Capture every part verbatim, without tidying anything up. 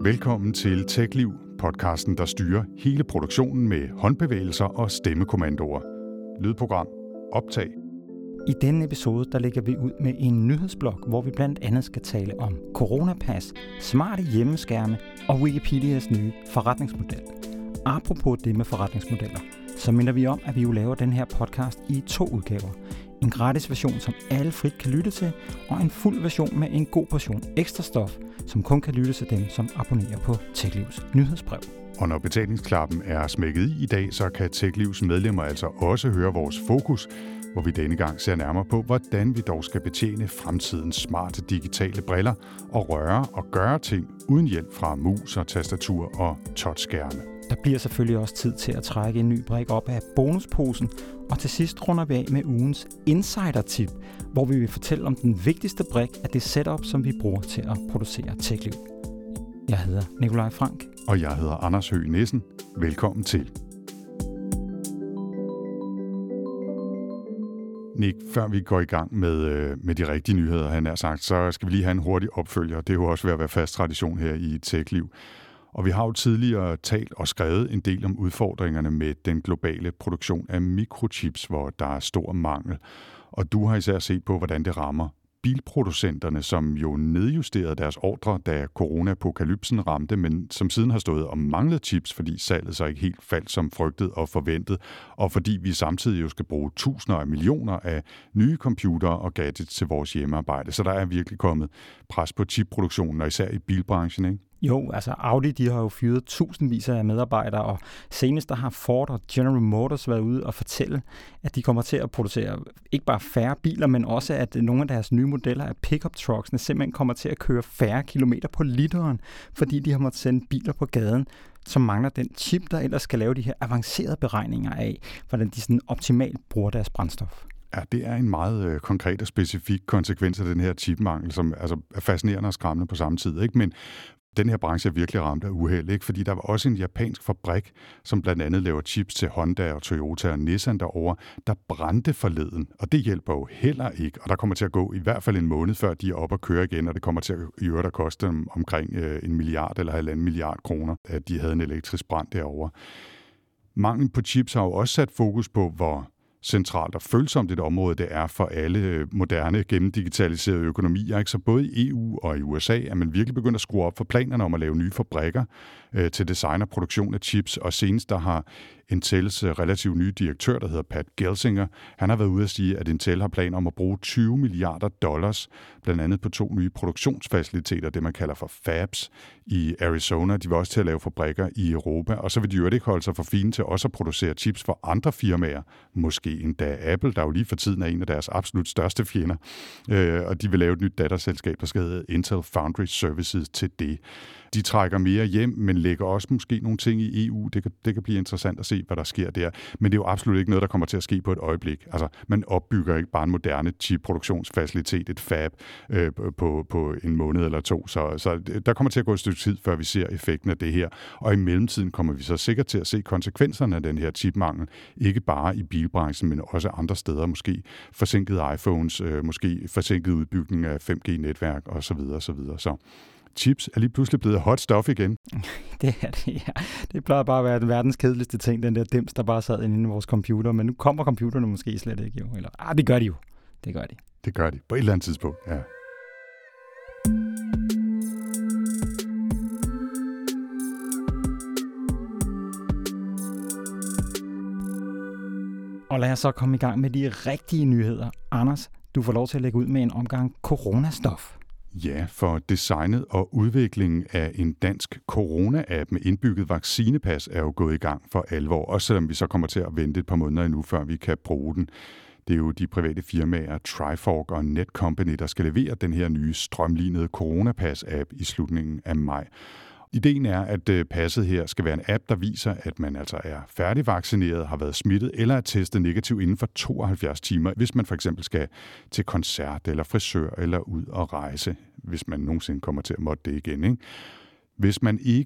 Velkommen til TechLiv, podcasten, der styrer hele produktionen med håndbevægelser og stemmekommandoer. Lydprogram, optag. I denne episode der lægger vi ud med en nyhedsblog, hvor vi blandt andet skal tale om coronapas, smarte hjemmeskærme og Wikipedias nye forretningsmodel. Apropos det med forretningsmodeller, så minder vi om, at vi jo laver den her podcast i to udgaver. En gratis version, som alle frit kan lytte til, og en fuld version med en god portion ekstra stof, som kun kan lytte til dem, som abonnerer på TechLivs nyhedsbrev. Og når betalingsklappen er smækket i i dag, så kan TechLivs medlemmer altså også høre vores fokus, hvor vi denne gang ser nærmere på, hvordan vi dog skal betjene fremtidens smarte digitale briller og røre og gøre ting uden hjælp fra mus og tastatur og touchskærme. Der bliver selvfølgelig også tid til at trække en ny brik op af bonusposen, og til sidst runder vi af med ugens insider-tip, hvor vi vil fortælle om den vigtigste brik af det setup, som vi bruger til at producere TechLiv. Jeg hedder Nikolaj Frank. Og jeg hedder Anders Høgh Nissen. Velkommen til. Nick, før vi går i gang med, med de rigtige nyheder, han har sagt, så skal vi lige have en hurtig opfølger. Det er jo også ved at være fast tradition her i TechLiv. Og vi har jo tidligere talt og skrevet en del om udfordringerne med den globale produktion af mikrochips, hvor der er stor mangel. Og du har især set på, hvordan det rammer bilproducenterne, som jo nedjusterede deres ordre, da coronapokalypsen ramte, men som siden har stået og manglet chips, fordi salget så ikke helt faldt som frygtet og forventet, og fordi vi samtidig jo skal bruge tusinder af millioner af nye computere og gadgets til vores hjemmearbejde. Så der er virkelig kommet pres på chipproduktionen, og især i bilbranchen, ikke? Jo, altså Audi, de har jo fyret tusindvis af medarbejdere, og senest der har Ford og General Motors været ude og fortælle, at de kommer til at producere ikke bare færre biler, men også at nogle af deres nye modeller af pickup trucksene simpelthen kommer til at køre færre kilometer på literen, fordi de har måttet sende biler på gaden, som mangler den chip, der ellers skal lave de her avancerede beregninger af, hvordan de sådan optimalt bruger deres brændstof. Ja, det er en meget øh, konkret og specifik konsekvens af den her chipmangel, som altså, er fascinerende og skræmmende på samme tid, ikke? Men den her branche er virkelig ramt af uheld, ikke? Fordi der var også en japansk fabrik, som blandt andet laver chips til Honda og Toyota og Nissan derovre, der brændte forleden, og det hjælper jo heller ikke. Og der kommer til at gå i hvert fald en måned, før de er oppe at køre igen, og det kommer til at i øvrigt at koste dem omkring øh, en milliard eller halvanden milliard kroner, at de havde en elektrisk brand derovre. Manglen på chips har jo også sat fokus på, hvor centralt og følsomt et område det er for alle moderne, gennemdigitaliserede økonomier. Ikke? Så både i E U og i U S A er man virkelig begyndt at skrue op for planerne om at lave nye fabrikker øh, til design og produktion af chips, og senest der har Intels relativt nye direktør, der hedder Pat Gelsinger, han har været ude at sige, at Intel har planer om at bruge tyve milliarder dollars, blandt andet på to nye produktionsfaciliteter, det man kalder for fabs i Arizona. De vil også til at lave fabrikker i Europa, og så vil de jo ikke holde sig for fine til også at producere chips for andre firmaer, måske endda Apple, der jo lige for tiden er en af deres absolut største fjender, øh, og de vil lave et nyt datterselskab, der skal hedde Intel Foundry Services til det. De trækker mere hjem, men lægger også måske nogle ting i E U. Det kan, det kan blive interessant at se, hvad der sker der. Men det er jo absolut ikke noget, der kommer til at ske på et øjeblik. Altså, man opbygger ikke bare en moderne chip-produktionsfacilitet, et fab, øh, på, på en måned eller to. Så, så der kommer til at gå et stykke tid, før vi ser effekten af det her. Og i mellemtiden kommer vi så sikkert til at se konsekvenserne af den her chipmangel. Ikke bare i bilbranchen, men også andre steder. Måske forsinkede iPhones, øh, måske forsinket udbygning af fem G-netværk osv. osv. Så chips er lige pludselig blevet hot stuff igen. Det er det, ja. Det plejer bare at være den verdens kedeligste ting, den der dims, der bare sad inde i vores computer. Men nu kommer computerne måske slet ikke, jo. Eller, ah, det gør de jo. Det gør de. Det gør de. På et eller andet tidspunkt, ja. Og lad os så komme i gang med de rigtige nyheder. Anders, du får lov til at lægge ud med en omgang coronastof. Ja, for designet og udviklingen af en dansk corona-app med indbygget vaccinepas er jo gået i gang for alvor, også selvom vi så kommer til at vente et par måneder endnu, før vi kan bruge den. Det er jo de private firmaer Trifork og Netcompany, der skal levere den her nye strømlinede coronapas-app i slutningen af maj. Ideen er, at passet her skal være en app, der viser, at man altså er færdigvaccineret, har været smittet eller er testet negativ inden for tooghalvfjerds timer, hvis man for eksempel skal til koncert eller frisør eller ud og rejse, hvis man nogensinde kommer til at måtte det igen, ikke? Hvis man ikke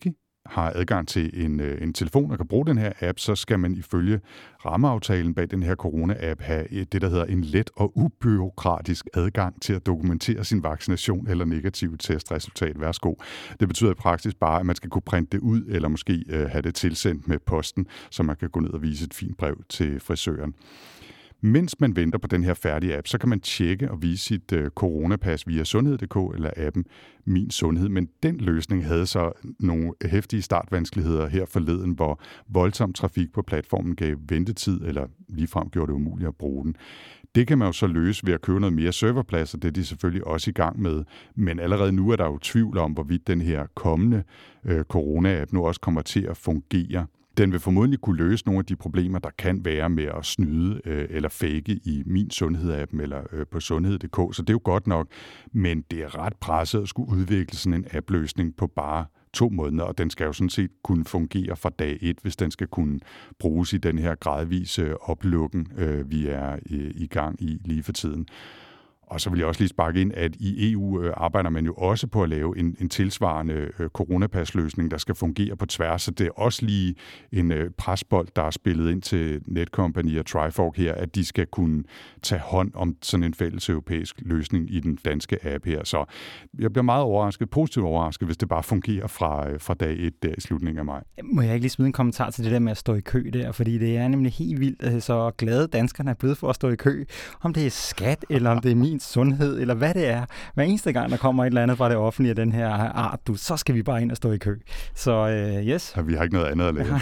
har adgang til en, en telefon og kan bruge den her app, så skal man ifølge rammeaftalen bag den her corona-app have det, der hedder en let og ubureaukratisk adgang til at dokumentere sin vaccination eller negative testresultat. Værsgo. Det betyder i praksis bare, at man skal kunne printe det ud, eller måske øh, have det tilsendt med posten, så man kan gå ned og vise et fint brev til frisøren. Mens man venter på den her færdige app, så kan man tjekke og vise sit øh, coronapas via sundhed punktum d k eller appen Min Sundhed. Men den løsning havde så nogle heftige startvanskeligheder her forleden, hvor voldsom trafik på platformen gav ventetid, eller ligefrem gjorde det umuligt at bruge den. Det kan man jo så løse ved at købe noget mere serverplads, og det er de selvfølgelig også i gang med. Men allerede nu er der jo tvivl om, hvorvidt den her kommende øh, corona-app nu også kommer til at fungere. Den vil formodentlig kunne løse nogle af de problemer, der kan være med at snyde øh, eller fake i Min Sundhed-appen eller øh, på sundhed punktum d k. Så det er jo godt nok, men det er ret presset at skulle udvikle sådan en app-løsning på bare to måneder, og den skal jo sådan set kunne fungere fra dag et, hvis den skal kunne bruges i den her gradvise oplukken, øh, vi er øh, i gang i lige for tiden. Og så vil jeg også lige sparke ind, at i E U øh, arbejder man jo også på at lave en, en tilsvarende øh, coronapasløsning, der skal fungere på tværs. Så det er også lige en øh, presbold, der er spillet ind til Netcompany og Trifork her, at de skal kunne tage hånd om sådan en fælles europæisk løsning i den danske app her. Så jeg bliver meget overrasket, positivt overrasket, hvis det bare fungerer fra, øh, fra dag et der i slutningen af maj. Må jeg ikke lige smide en kommentar til det der med at stå i kø der? Fordi det er nemlig helt vildt, så glade danskerne er blevet for at stå i kø. Om det er skat, eller om det er Min Sundhed, eller hvad det er. Hver eneste gang, der kommer et eller andet fra det offentlige af den her art, du, så skal vi bare ind og stå i kø. Så uh, yes. Ja, vi har ikke noget andet at lave.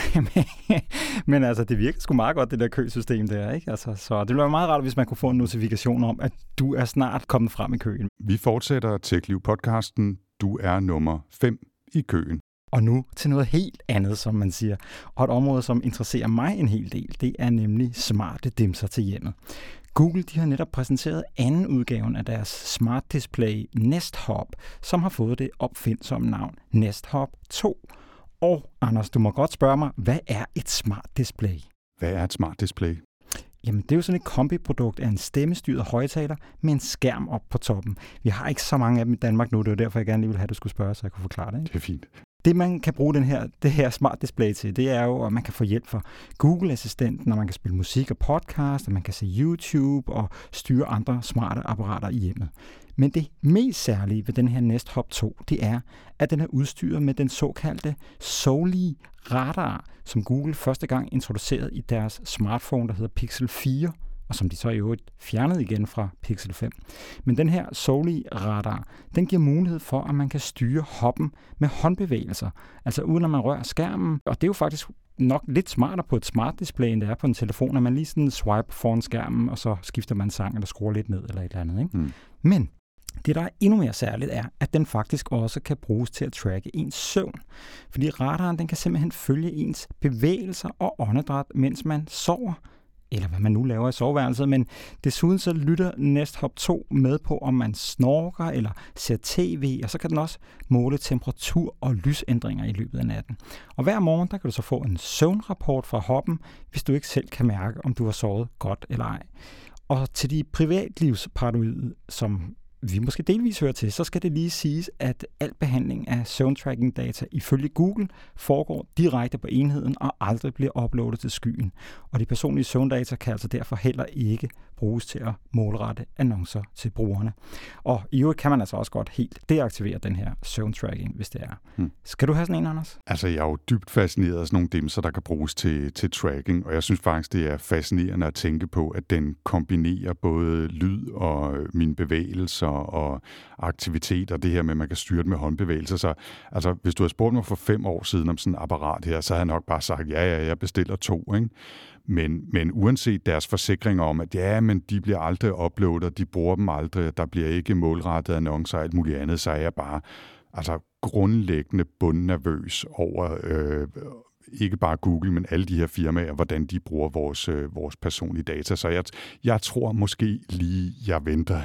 Men altså, det virker sgu meget godt, det der køsystem der, ikke? Altså, så det ville være meget rart, hvis man kunne få en notifikation om, at du er snart kommet frem i køen. Vi fortsætter TechLiv-podcasten. Du er nummer fem i køen. Og nu til noget helt andet, som man siger. Og et område, som interesserer mig en hel del, det er nemlig smarte dimser til hjemmet. Google de har netop præsenteret anden udgaven af deres Smart Display Nest Hub, som har fået det opfindsomme navn Nest Hub to. Og Anders, du må godt spørge mig, hvad er et smart display? Hvad er et smart display? Jamen, det er jo sådan et kombiprodukt af en stemmestyret højttaler med en skærm op på toppen. Vi har ikke så mange af dem i Danmark nu, det er derfor, jeg gerne lige vil have, at du skulle spørge, så jeg kunne forklare det. Ikke? Det er fint. Det, man kan bruge den her, det her smart display til, det er jo, at man kan få hjælp fra Google-assistenten, og man kan spille musik og podcast, og man kan se YouTube og styre andre smarte apparater i hjemmet. Men det mest særlige ved den her Nest Hub to, det er, at den er udstyret med den såkaldte Soli radar, som Google første gang introducerede i deres smartphone, der hedder Pixel fire, og som de så i øvrigt fjernede igen fra Pixel fem. Men den her Soli radar, den giver mulighed for, at man kan styre hoppen med håndbevægelser, altså uden at man rører skærmen. Og det er jo faktisk nok lidt smartere på et smart display, end det er på en telefon, at man lige sådan swipe foran skærmen, og så skifter man sang, eller skruer lidt ned, eller et eller andet. Ikke? Mm. Men det, der er endnu mere særligt, er, at den faktisk også kan bruges til at tracke ens søvn. Fordi radaren, den kan simpelthen følge ens bevægelser og åndedræt, mens man sover, eller hvad man nu laver i soveværelset, men desuden så lytter Nest Hub to med på, om man snorker eller ser tv, og så kan den også måle temperatur og lysændringer i løbet af natten. Og hver morgen, der kan du så få en søvnrapport fra Hub'en, hvis du ikke selv kan mærke, om du har sovet godt eller ej. Og til de privatlivsparanoide, som vi måske delvis hører til, så skal det lige siges, at al behandling af søvntracking-data ifølge Google foregår direkte på enheden og aldrig bliver uploadet til skyen. Og de personlige søvndata kan altså derfor heller ikke bruges til at målrette annoncer til brugerne. Og i øvrigt kan man altså også godt helt deaktivere den her søvntracking, hvis det er. Hmm. Skal du have sådan en, Anders? Altså, jeg er jo dybt fascineret af sådan nogle dimser, der kan bruges til, til tracking, og jeg synes faktisk, det er fascinerende at tænke på, at den kombinerer både lyd og mine bevægelser og aktivitet, og det her med, at man kan styre det med håndbevægelser. Så altså, hvis du havde spurgt mig for fem år siden om sådan et apparat her, så havde jeg nok bare sagt, ja, ja, jeg bestiller to, ikke? Men, men uanset deres forsikringer om, at ja, men de bliver aldrig uploadet, de bruger dem aldrig, der bliver ikke målrettet annoncer og alt muligt andet, så er jeg bare altså grundlæggende bundnervøs over øh, ikke bare Google, men alle de her firmaer, hvordan de bruger vores, øh, vores personlige data. Så jeg, jeg tror måske lige, jeg venter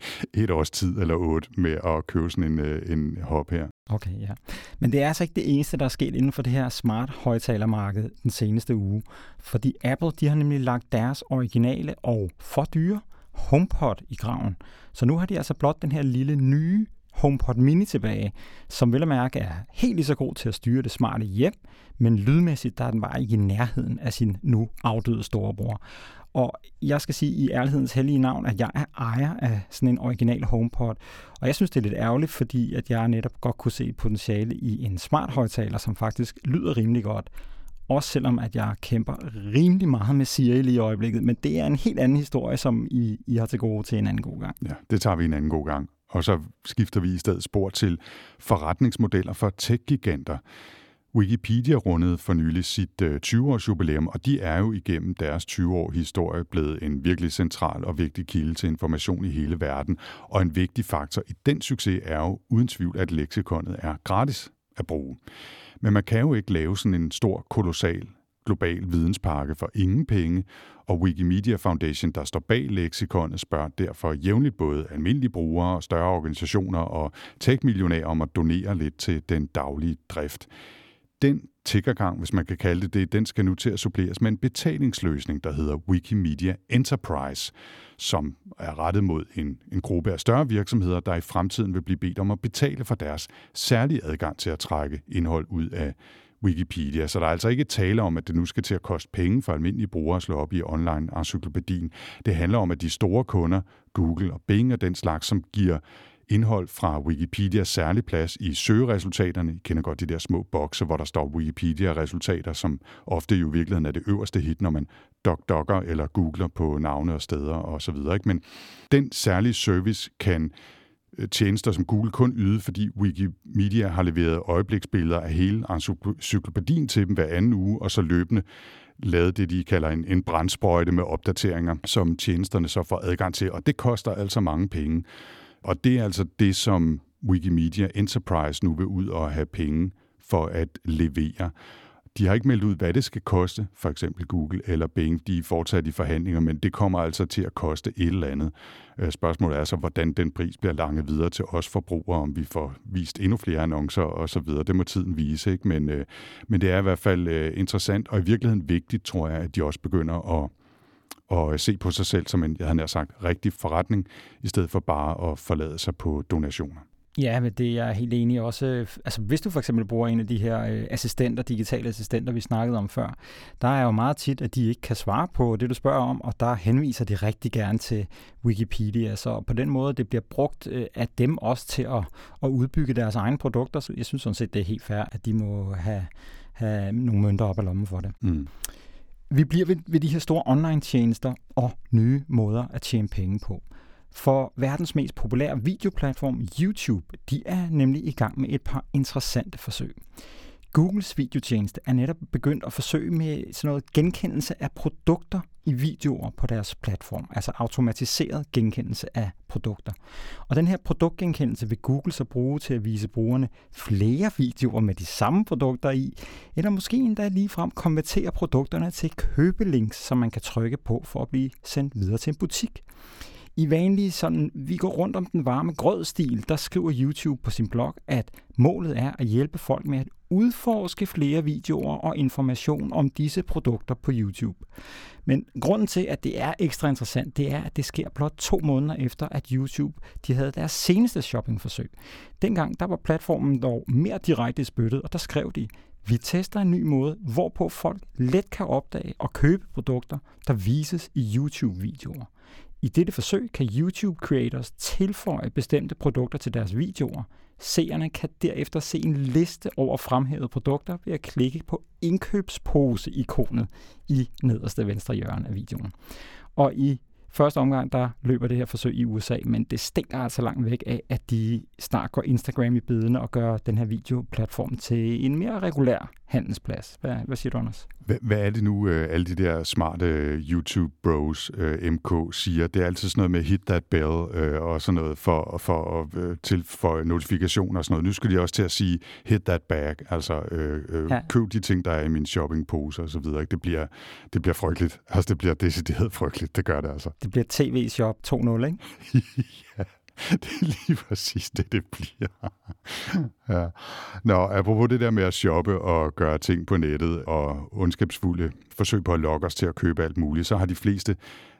et års tid eller otte med at købe sådan en, øh, en hub her. Okay, ja. Men det er altså ikke det eneste, der er sket inden for det her smart højttalermarked den seneste uge. Fordi Apple, de har nemlig lagt deres originale og for dyre HomePod i graven. Så nu har de altså blot den her lille nye HomePod Mini tilbage, som vel at mærke er helt lige så god til at styre det smarte hjem, men lydmæssigt der er den bare ikke i nærheden af sin nu afdøde storebror. Og jeg skal sige i ærlighedens hellige navn, at jeg er ejer af sådan en original HomePod. Og jeg synes, det er lidt ærgerligt, fordi at jeg netop godt kunne se potentiale i en smart højttaler, som faktisk lyder rimelig godt. Også selvom at jeg kæmper rimelig meget med Siri lige i øjeblikket. Men det er en helt anden historie, som I, I har til gode til en anden god gang. Ja, det tager vi en anden god gang. Og så skifter vi i stedet spor til forretningsmodeller for tech-giganter. Wikipedia rundede for nylig sit tyve-års jubilæum, og de er jo igennem deres tyve år historie blevet en virkelig central og vigtig kilde til information i hele verden. Og en vigtig faktor i den succes er jo uden tvivl, at leksikonet er gratis at bruge. Men man kan jo ikke lave sådan en stor, kolossal, global videnspakke for ingen penge, og Wikimedia Foundation, der står bag leksikonet, spørger derfor jævnligt både almindelige brugere, større organisationer og tech-millionærer om at donere lidt til den daglige drift. Den tiggergang, hvis man kan kalde det det, den skal nu til at suppleres med en betalingsløsning, der hedder Wikimedia Enterprise, som er rettet mod en, en gruppe af større virksomheder, der i fremtiden vil blive bedt om at betale for deres særlige adgang til at trække indhold ud af Wikipedia. Så der er altså ikke tale om, at det nu skal til at koste penge for almindelige brugere at slå op i online-encyklopædien. Det handler om, at de store kunder, Google og Bing og den slags, som giver indhold fra Wikipedias særlig plads i søgeresultaterne. I kender godt de der små bokse, hvor der står Wikipedia-resultater, som ofte jo i virkeligheden er det øverste hit, når man dok-dokker eller googler på navne og steder osv. Men den særlige service kan tjenester som Google kun yde, fordi Wikimedia har leveret øjebliksbilleder af hele encyklopædien til dem hver anden uge, og så løbende lavet det, de kalder en, en brandsprøjte med opdateringer, som tjenesterne så får adgang til, og det koster altså mange penge. Og det er altså det, som Wikimedia Enterprise nu vil ud og have penge for at levere. De har ikke meldt ud, hvad det skal koste, for eksempel Google eller Bing. De er fortsat i forhandlinger, men det kommer altså til at koste et eller andet. Spørgsmålet er så, hvordan den pris bliver langet videre til os forbrugere, om vi får vist endnu flere annoncer osv. Det må tiden vise, ikke? Men, men det er i hvert fald interessant, og i virkeligheden vigtigt, tror jeg, at de også begynder at og se på sig selv som en, jeg havde nær sagt, rigtig forretning, i stedet for bare at forlade sig på donationer. Ja, men det er jeg helt enig også. Altså, hvis du for eksempel bruger en af de her øh, assistenter, digitale assistenter, vi snakkede om før, der er jo meget tit, at de ikke kan svare på det, du spørger om, og der henviser de rigtig gerne til Wikipedia. Så på den måde, det bliver brugt øh, af dem også til at, at udbygge deres egne produkter. Så jeg synes sådan set, det er helt fair, at de må have, have nogle mønter op ad lommen for det. Mm. Vi bliver ved, ved de her store online-tjenester og nye måder at tjene penge på. For verdens mest populære videoplatform, YouTube, de er nemlig i gang med et par interessante forsøg. Googles videotjeneste er netop begyndt at forsøge med sådan noget genkendelse af produkter i videoer på deres platform, altså automatiseret genkendelse af produkter. Og den her produktgenkendelse vil Google så bruge til at vise brugerne flere videoer med de samme produkter i, eller måske endda ligefrem konvertere produkterne til købelinks, som man kan trykke på for at blive sendt videre til en butik. I vanlig sådan, vi går rundt om den varme grød-stil, der skriver YouTube på sin blog, at målet er at hjælpe folk med at udforske flere videoer og information om disse produkter på YouTube. Men grunden til, at det er ekstra interessant, det er, at det sker blot to måneder efter, at YouTube de havde deres seneste shoppingforsøg. Dengang der var platformen dog mere direkte spyttet, og der skrev de, vi tester en ny måde, hvorpå folk let kan opdage og købe produkter, der vises i YouTube-videoer. I dette forsøg kan YouTube-creators tilføje bestemte produkter til deres videoer. Seerne kan derefter se en liste over fremhævede produkter ved at klikke på indkøbspose-ikonet i nederste venstre hjørne af videoen. Og i første omgang, der løber det her forsøg i U S A, men det stinker altså langt væk af, at de snart går Instagram i bedene og gør den her videoplatform til en mere regulær handelsplads. Hvad, hvad siger du, Anders? Hvad, hvad er det nu, alle de der smarte YouTube-bros, M K, siger? Det er altid sådan noget med hit that bell og sådan noget for, for at tilføje notifikationer og sådan noget. Nu skal de også til at sige hit that bag, altså øh, øh, ja. køb de ting, der er i min shoppingpose og så videre. Det bliver, det bliver frygteligt. Altså, det bliver decideret frygteligt. Det gør det altså. Det bliver T V-shop to nul, ikke? Ja. Det er lige præcis det, det bliver. Ja. Nå, apropos det der med at shoppe og gøre ting på nettet og ondskabsfulde forsøg på at lokke os til at købe alt muligt, så har de fleste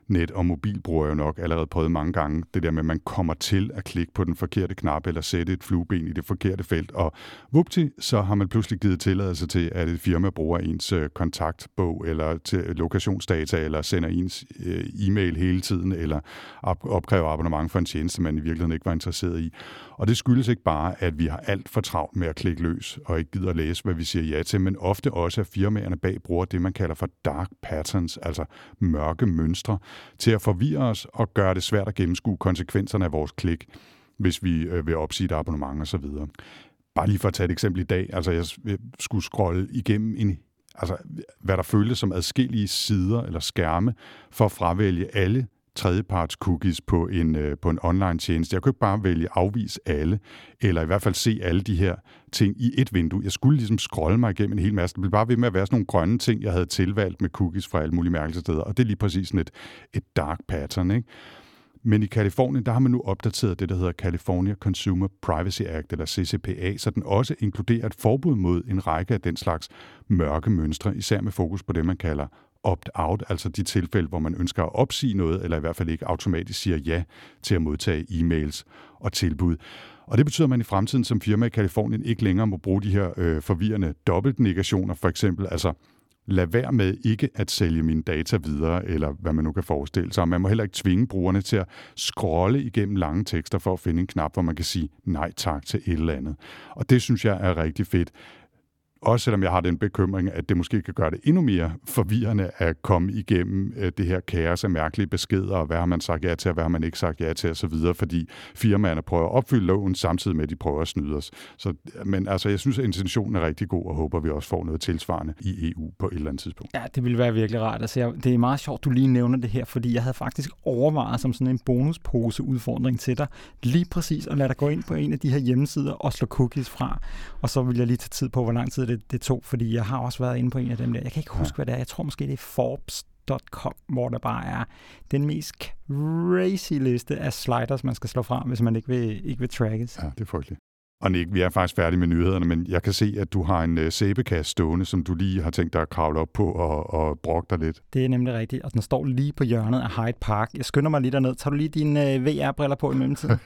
net- og mobilbrugere jo nok allerede prøvet mange gange. Det der med, at man kommer til at klikke på den forkerte knap eller sætte et flueben i det forkerte felt, og vupti, så har man pludselig givet tilladelse til, at et firma bruger ens øh, kontaktbog eller til lokationsdata, eller sender ens øh, e-mail hele tiden, eller op- opkræver abonnement for en tjeneste, man i virkeligheden ikke var interesseret i. Og det skyldes ikke bare, at vi har alt for travlt med at klikke løs, og ikke gider at læse, hvad vi siger ja til, men ofte også, at firmaerne bag bruger det, man kalder for dark patterns, altså mørke mønstre, til at forvirre os og gøre det svært at gennemskue konsekvenserne af vores klik, hvis vi øh, vil opsige et abonnement osv. Bare lige for at tage et eksempel i dag, altså jeg skulle scrolle igennem en, altså, hvad der føltes som adskillige sider eller skærme, for at fravælge alle tredjeparts cookies på en, øh, på en online tjeneste. Jeg kunne ikke bare vælge afvise alle, eller i hvert fald se alle de her ting i et vindue. Jeg skulle ligesom scrolle mig igennem en hel masse. Det blev bare ved med at være sådan nogle grønne ting, jeg havde tilvalgt med cookies fra alle mulige mærkelige steder, og det er lige præcis sådan et, et dark pattern, ikke? Men i Kalifornien, der har man nu opdateret det, der hedder California Consumer Privacy Act, eller C C P A, så den også inkluderer et forbud mod en række af den slags mørke mønstre, især med fokus på det, man kalder opt-out, altså de tilfælde, hvor man ønsker at opsige noget, eller i hvert fald ikke automatisk siger ja til at modtage e-mails og tilbud. Og det betyder, at man i fremtiden som firma i Kalifornien ikke længere må bruge de her øh, forvirrende dobbeltnegationer, for eksempel, altså lad være med ikke at sælge mine data videre, eller hvad man nu kan forestille sig. Man må heller ikke tvinge brugerne til at scrolle igennem lange tekster for at finde en knap, hvor man kan sige nej tak til et eller andet. Og det synes jeg er rigtig fedt. Også selvom jeg har den bekymring, at det måske kan gøre det endnu mere forvirrende at komme igennem det her kaos af mærkelige beskeder, og hvad har man sagt ja til, og hvad har man ikke sagt ja til, osv., fordi firmaerne prøver at opfylde loven, samtidig med, at de prøver at snyde os. Så, men altså, jeg synes, at intentionen er rigtig god, og håber, vi også får noget tilsvarende i E U på et eller andet tidspunkt. Ja, det ville være virkelig rart. Altså, det er meget sjovt, du lige nævner det her, fordi jeg havde faktisk overvejet som sådan en bonuspose-udfordring til dig, lige præcis at lade dig gå ind på en af de her hjemmesider og slå cookies fra, og så vil jeg lige tage tid på, hvor lang tid det, det tog, fordi jeg har også været inde på en af dem der. Jeg kan ikke huske, ja. hvad det er. Jeg tror måske, det er Forbes punktum com, hvor der bare er den mest crazy liste af sliders, man skal slå fra, hvis man ikke vil, ikke vil trackes. Ja, det er frygteligt. Og Nick, vi er faktisk færdige med nyhederne, men jeg kan se, at du har en uh, sæbekasse stående, som du lige har tænkt dig at kravle op på og, og brokke dig lidt. Det er nemlig rigtigt, og den står lige på hjørnet af Hyde Park. Jeg skynder mig lige derned. Tager du lige dine uh, V R-briller på i mellemtiden?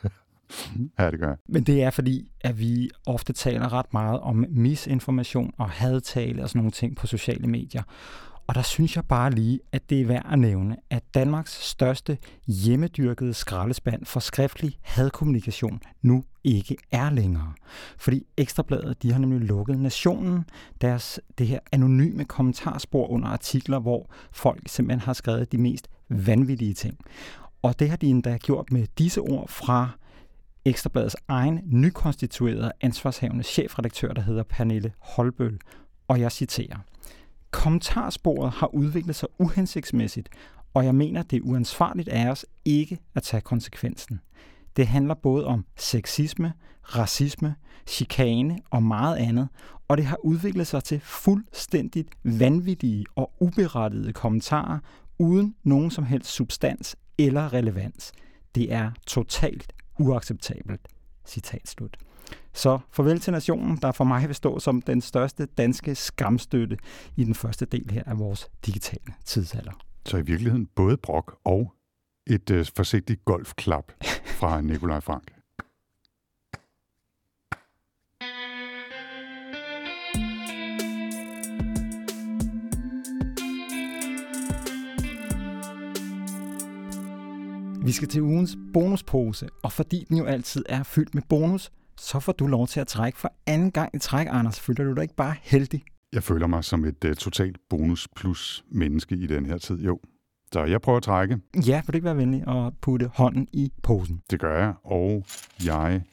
Ja, det gør jeg. Men det er fordi, at vi ofte taler ret meget om misinformation og hadtale og sådan nogle ting på sociale medier. Og der synes jeg bare lige, at det er værd at nævne, at Danmarks største hjemmedyrkede skraldespand for skriftlig hadkommunikation nu ikke er længere. Fordi Ekstra Bladet, de har nemlig lukket Nationen, deres det her anonyme kommentarspor under artikler, hvor folk simpelthen har skrevet de mest vanvittige ting. Og det har de endda gjort med disse ord fra Ekstra Bladets egen nykonstituerede ansvarshavende chefredaktør, der hedder Pernille Holbøl. Og jeg citerer: "Kommentarsporet har udviklet sig uhensigtsmæssigt, og jeg mener, det er uansvarligt af os ikke at tage konsekvensen. Det handler både om sexisme, racisme, chikane og meget andet, og det har udviklet sig til fuldstændigt vanvittige og uberettigede kommentarer, uden nogen som helst substans eller relevans. Det er totalt uacceptabelt." Citat slut. Så farvel til Nationen, der for mig vil stå som den største danske skamstøtte i den første del her af vores digitale tidsalder. Så i virkeligheden både brok og et øh, forsigtigt golfklap fra Nikolaj Frank. Vi skal til ugens bonuspose, og fordi den jo altid er fyldt med bonus, så får du lov til at trække for anden gang i træk, Anders. Føler du dig ikke bare heldig? Jeg føler mig som et uh, totalt bonus plus menneske i den her tid, jo. Så jeg prøver at trække. Ja, vil du ikke være venlig at putte hånden i posen? Det gør jeg, og jeg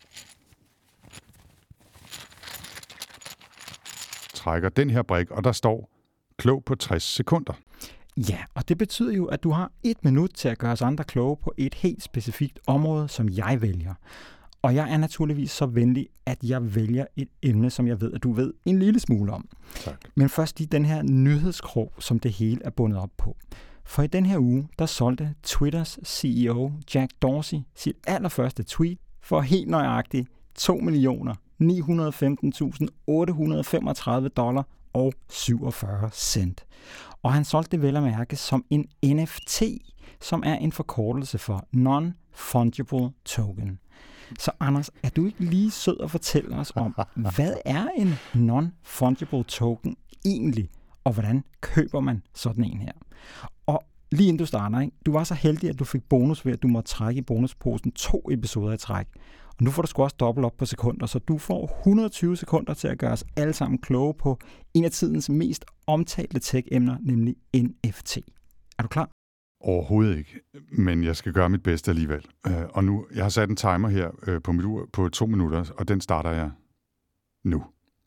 trækker den her brik, og der står klog på tres sekunder. Ja, og det betyder jo, at du har et minut til at gøre os andre kloge på et helt specifikt område, som jeg vælger. Og jeg er naturligvis så venlig, at jeg vælger et emne, som jeg ved, at du ved en lille smule om. Tak. Men først i den her nyhedskrog, som det hele er bundet op på. For i den her uge, der solgte Twitters C E O Jack Dorsey sit allerførste tweet for helt nøjagtigt to millioner ni hundrede og femten tusind otte hundrede og femogtredive dollar og syvogfyrre cent. Og han solgte det vel at mærke som en N F T, som er en forkortelse for Non-Fungible Token. Så Anders, er du ikke lige sød at fortælle os om, hvad er en Non-Fungible Token egentlig, og hvordan køber man sådan en her? Og lige inden du starter, ikke? Du var så heldig, at du fik bonus ved, at du måtte trække i bonusposen to episoder i træk. Og nu får du sgu også dobbelt op på sekunder, så du får et hundrede og tyve sekunder til at gøre os alle sammen kloge på en af tidens mest omtalte tech-emner, nemlig N F T. Er du klar? Overhovedet ikke, men jeg skal gøre mit bedste alligevel. Og nu, jeg har sat en timer her på mit ur på to minutter, og den starter jeg nu.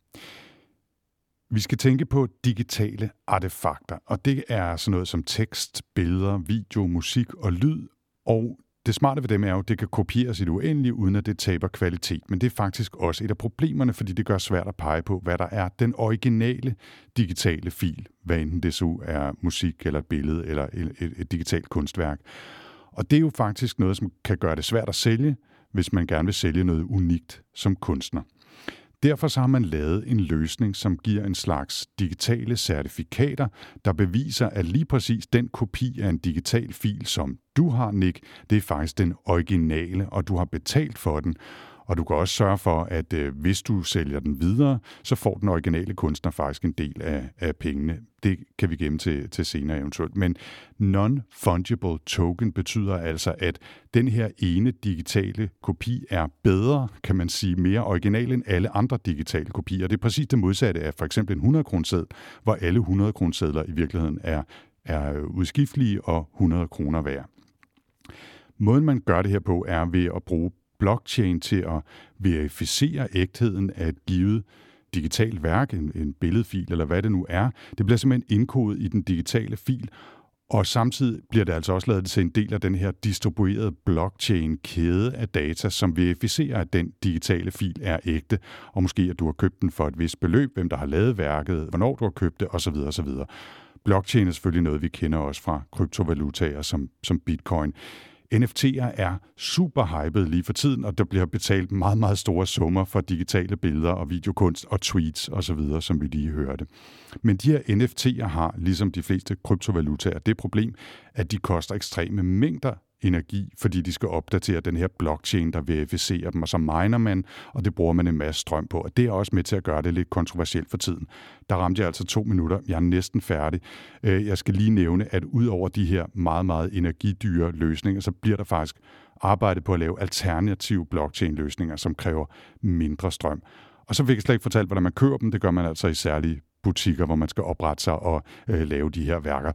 Vi skal tænke på digitale artefakter, og det er sådan noget som tekst, billeder, video, musik og lyd, og det smarte ved dem er jo, at det kan kopieres i det uendelige, uden at det taber kvalitet. Men det er faktisk også et af problemerne, fordi det gør svært at pege på, hvad der er den originale digitale fil, hvad enten det så er musik eller et billede eller et, et, et digitalt kunstværk. Og det er jo faktisk noget, som kan gøre det svært at sælge, hvis man gerne vil sælge noget unikt som kunstner. Derfor så har man lavet en løsning, som giver en slags digitale certifikater, der beviser, at lige præcis den kopi af en digital fil, som du har, Nick, det er faktisk den originale, og du har betalt for den. Og du kan også sørge for, at øh, hvis du sælger den videre, så får den originale kunstner faktisk en del af, af pengene. Det kan vi gemme til, til senere eventuelt. Men non-fungible token betyder altså, at den her ene digitale kopi er bedre, kan man sige, mere original end alle andre digitale kopier. Det er præcis det modsatte af for eksempel en hundrede-kroneseddel, hvor alle hundrede-kronesedler i virkeligheden er, er udskiftelige og hundrede kroner værd. Måden man gør det her på er ved at bruge blockchain til at verificere ægtheden af et givet digitalt værk, en, en billedfil eller hvad det nu er. Det bliver simpelthen indkodet i den digitale fil, og samtidig bliver det altså også lavet til en del af den her distribuerede blockchain-kæde af data, som verificerer, at den digitale fil er ægte, og måske at du har købt den for et vist beløb, hvem der har lavet værket, hvornår du har købt det osv. osv. Blockchain er selvfølgelig noget, vi kender også fra kryptovalutaer som, som Bitcoin. N F T'er er super hyped lige for tiden, og der bliver betalt meget, meget store summer for digitale billeder og videokunst og tweets osv., som vi lige hørte. Men de her N F T'er har, ligesom de fleste kryptovalutaer, det problem, at de koster ekstreme mængder energi, fordi de skal opdatere den her blockchain, der verificerer dem, og så miner man, og det bruger man en masse strøm på. Og det er også med til at gøre det lidt kontroversielt for tiden. Der ramte jeg altså to minutter. Jeg er næsten færdig. Jeg skal lige nævne, at ud over de her meget, meget energidyre løsninger, så bliver der faktisk arbejdet på at lave alternative blockchain-løsninger, som kræver mindre strøm. Og så fik jeg slet ikke fortalt, hvordan man køber dem. Det gør man altså i særlige butikker, hvor man skal oprette sig og øh, lave de her værker.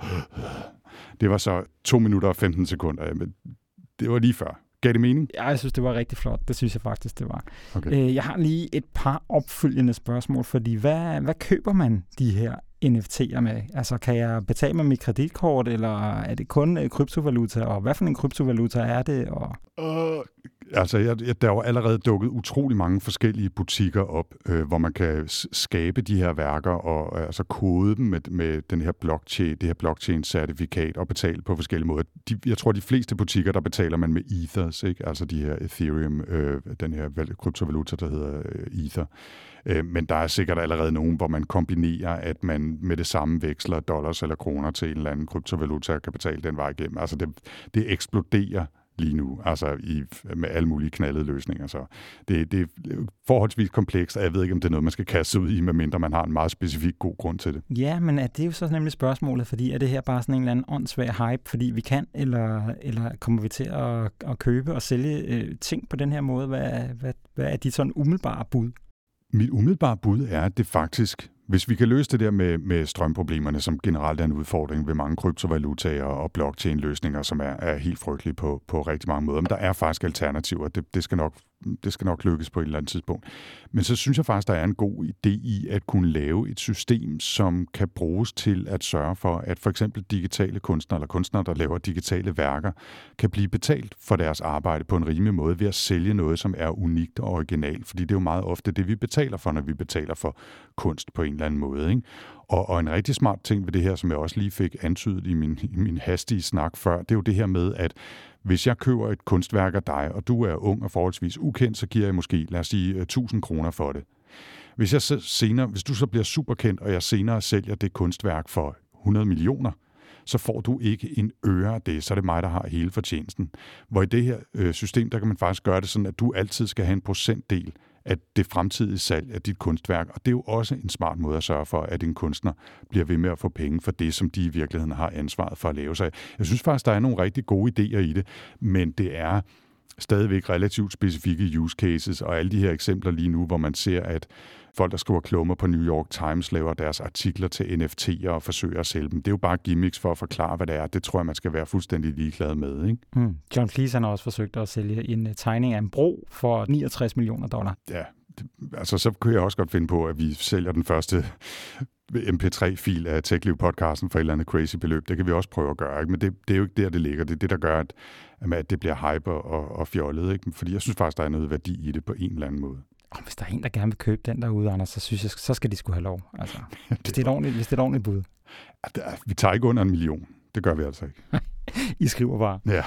Det var så to minutter og femten sekunder. Det var lige før. Gav det mening? Ja, jeg synes, det var rigtig flot. Det synes jeg faktisk, det var. Okay. Jeg har lige et par opfølgende spørgsmål, fordi hvad, hvad køber man de her N F T'er med? Altså, kan jeg betale med mit kreditkort, eller er det kun kryptovaluta, og hvad for en kryptovaluta er det? Og... Uh, altså, jeg, jeg, der er jo allerede dukket utrolig mange forskellige butikker op, øh, hvor man kan skabe de her værker og altså kode dem med, med den her blockchain, det her blockchain-certifikat og betale på forskellige måder. De, jeg tror, de fleste butikker, der betaler man med Ethers, ikke? Altså de her Ethereum, øh, den her kryptovaluta, der hedder øh, Ether. Øh, men der er sikkert allerede nogen, hvor man kombinerer, at man med det samme veksler dollars eller kroner til en eller anden kryptovaluta og kan betale den vej igennem. Altså det, det eksploderer lige nu, altså i, med alle mulige knaldede løsninger. Så det, det er forholdsvis komplekst, og jeg ved ikke, om det er noget, man skal kaste ud i, medmindre man har en meget specifik god grund til det. Ja, men er det jo så nemlig spørgsmålet, fordi er det her bare sådan en eller anden åndssvær hype, fordi vi kan, eller, eller kommer vi til at, at købe og sælge øh, ting på den her måde? Hvad, hvad, hvad er dit sådan umiddelbare bud? Mit umiddelbare bud er, at det faktisk, hvis vi kan løse det der med, med strømproblemerne, som generelt er en udfordring ved mange kryptovalutaer og blockchain-løsninger, som er, er helt frygtelige på, på rigtig mange måder. Men der er faktisk alternativer. Det, det, skal nok, det skal nok lykkes på et eller andet tidspunkt. Men så synes jeg faktisk, der er en god idé i at kunne lave et system, som kan bruges til at sørge for, at for eksempel digitale kunstnere eller kunstnere, der laver digitale værker, kan blive betalt for deres arbejde på en rimelig måde ved at sælge noget, som er unikt og originalt. Fordi det er jo meget ofte det, vi betaler for, når vi betaler for kunst på en eller anden måde, ikke? Og, og en rigtig smart ting ved det her, som jeg også lige fik antydet i min, i min hastige snak før, det er jo det her med, at hvis jeg køber et kunstværk af dig, og du er ung og forholdsvis ukendt, så giver jeg måske, lad os sige, tusind kroner for det. Hvis, jeg så senere, hvis du så bliver superkendt, og jeg senere sælger det kunstværk for hundrede millioner, så får du ikke en øre af det, så er det mig, der har hele fortjenesten. Hvor i det her øh, system, der kan man faktisk gøre det sådan, at du altid skal have en procentdel af det fremtidige salg af dit kunstværk, og det er jo også en smart måde at sørge for, at en kunstner bliver ved med at få penge for det, som de i virkeligheden har ansvaret for at lave sig. Jeg synes faktisk, der er nogle rigtig gode idéer i det, men det er stadigvæk relativt specifikke use cases, og alle de her eksempler lige nu, hvor man ser, at folk, der skriver klummer på New York Times, laver deres artikler til N F T'er og forsøger at sælge dem. Det er jo bare gimmicks for at forklare, hvad det er. Det tror jeg, man skal være fuldstændig ligeglad med, ikke? Hmm. John Cleese har også forsøgt at sælge en tegning af en bro for niogtres millioner dollar. Ja, det, altså så kunne jeg også godt finde på, at vi sælger den første M P tre-fil af TechLiv-podcasten for et eller andet crazy beløb. Det kan vi også prøve at gøre, ikke? Men det, det er jo ikke der, det ligger. Det er det, der gør, at, at det bliver hype og, og fjollet, ikke? Fordi jeg synes faktisk, der er noget værdi i det på en eller anden måde. Og hvis der er en, der gerne vil købe den derude, Anders, så synes jeg, så skal de sgu have lov. Altså, hvis, det er et ordentligt, hvis det er et ordentligt bud. Vi tager ikke under en million. Det gør vi altså ikke. I skriver bare. Ja.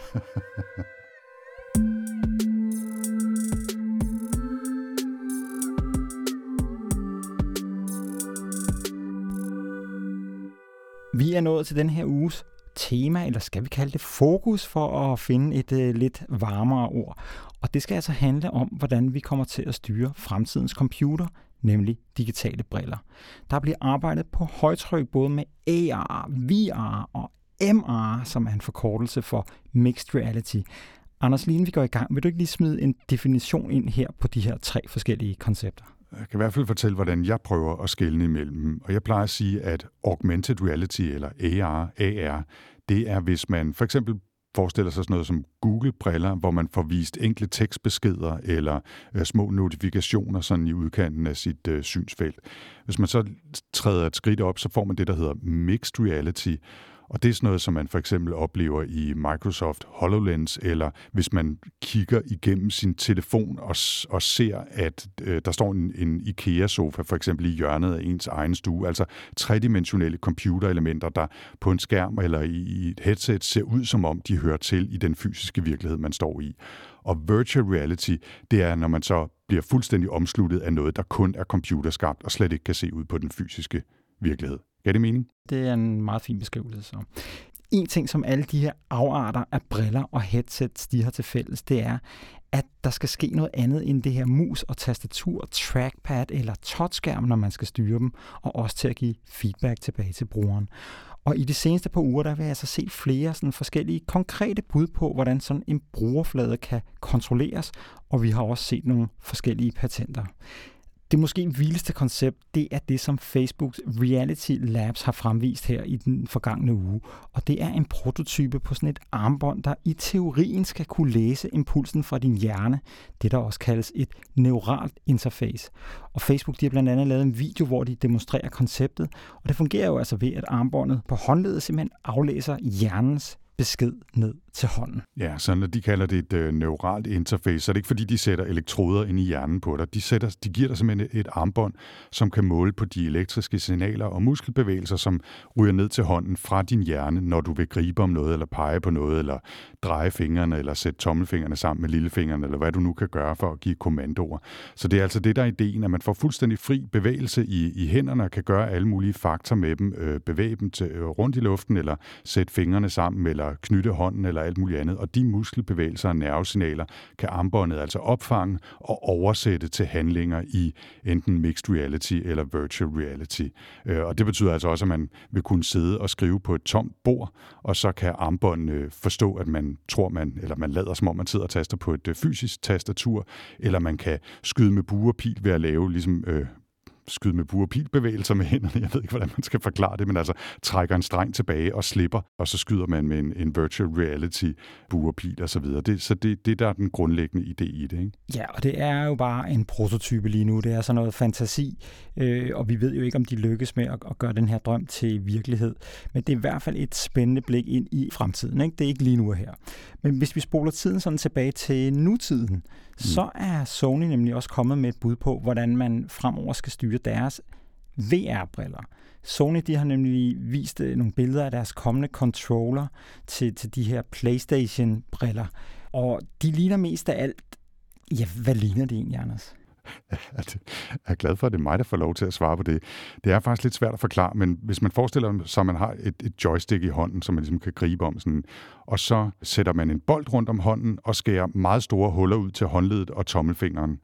Vi er nået til den her uges tema, eller skal vi kalde det fokus, for at finde et uh, lidt varmere ord. Og det skal altså handle om, hvordan vi kommer til at styre fremtidens computer, nemlig digitale briller. Der bliver arbejdet på højtryk både med A R, V R og M R, som er en forkortelse for Mixed Reality. Anders, lige inden vi går i gang, vil du ikke lige smide en definition ind her på de her tre forskellige koncepter? Jeg kan i hvert fald fortælle, hvordan jeg prøver at skelne imellem dem. Og jeg plejer at sige, at augmented reality, eller A R, A R, det er, hvis man for eksempel forestiller sig sådan noget som Google-briller, hvor man får vist enkle tekstbeskeder eller øh, små notifikationer sådan i udkanten af sit øh, synsfelt. Hvis man så træder et skridt op, så får man det, der hedder mixed reality. Og det er sådan noget, som man for eksempel oplever i Microsoft HoloLens, eller hvis man kigger igennem sin telefon og, og ser, at øh, der står en, en IKEA-sofa for eksempel i hjørnet af ens egen stue. Altså tredimensionelle computerelementer, der på en skærm eller i, i et headset ser ud, som om de hører til i den fysiske virkelighed, man står i. Og virtual reality, det er, når man så bliver fuldstændig omsluttet af noget, der kun er computerskabt og slet ikke kan se ud på den fysiske virkelighed. Giver det mening? Det er en meget fin beskrivelse. Så. En ting, som alle de her afarter af briller og headsets, de har til fælles, det er, at der skal ske noget andet end det her mus og tastatur, trackpad eller touchskærm, når man skal styre dem, og også til at give feedback tilbage til brugeren. Og i de seneste par uger, der vil jeg altså se flere sådan forskellige konkrete bud på, hvordan sådan en brugerflade kan kontrolleres, og vi har også set nogle forskellige patenter. Det måske vildeste koncept, det er det, som Facebooks Reality Labs har fremvist her i den forgangne uge. Og det er en prototype på sådan et armbånd, der i teorien skal kunne læse impulsen fra din hjerne. Det, der også kaldes et neuralt interface. Og Facebook de har blandt andet lavet en video, hvor de demonstrerer konceptet. Og det fungerer jo altså ved, at armbåndet på håndledet simpelthen aflæser hjernens besked ned til hånden. Ja, så når de kalder det et øh, neuralt interface, så er det ikke fordi, de sætter elektroder ind i hjernen på dig. De, sætter, de giver dig simpelthen et, et armbånd, som kan måle på de elektriske signaler og muskelbevægelser, som ryger ned til hånden fra din hjerne, når du vil gribe om noget, eller pege på noget, eller dreje fingrene, eller sætte tommelfingrene sammen med lillefingrene, eller hvad du nu kan gøre for at give kommandoer. Så det er altså det, der er ideen, at man får fuldstændig fri bevægelse i, i hænderne, og kan gøre alle mulige faktor med dem, øh, bevæge dem til, øh, rundt i luften, eller sætte fingrene sammen, eller knytte hånden, eller alt muligt andet. Og de muskelbevægelser og nervesignaler kan armbåndet altså opfange og oversætte til handlinger i enten mixed reality eller virtual reality. Og det betyder altså også, at man vil kunne sidde og skrive på et tomt bord, og så kan armbåndene forstå, at man tror, man, eller man lader som om, man sidder og taster på et fysisk tastatur, eller man kan skyde med bue og pil ved at lave ligesom øh, skyde med bue- og pilbevægelser med hænderne. Jeg ved ikke, hvordan man skal forklare det, men altså trækker en streng tilbage og slipper, og så skyder man med en, en virtual reality bue og pil og så videre. Det, så det, det der er den grundlæggende idé i det, ikke? Ja, og det er jo bare en prototype lige nu. Det er sådan noget fantasi, øh, og vi ved jo ikke, om de lykkes med at, at gøre den her drøm til virkelighed. Men det er i hvert fald et spændende blik ind i fremtiden, ikke? Det er ikke lige nu og her. Men hvis vi spoler tiden sådan tilbage til nutiden, mm. så er Sony nemlig også kommet med et bud på, hvordan man fremover skal styre deres V R-briller. Sony de har nemlig vist nogle billeder af deres kommende controller til, til de her PlayStation-briller, og de ligner mest af alt. Ja, hvad ligner det egentlig, Anders? Jeg er glad for, at det er mig, der får lov til at svare på det. Det er faktisk lidt svært at forklare, men hvis man forestiller sig, at man har et, et joystick i hånden, som man ligesom kan gribe om, sådan, og så sætter man en bold rundt om hånden og skærer meget store huller ud til håndledet og tommelfingeren,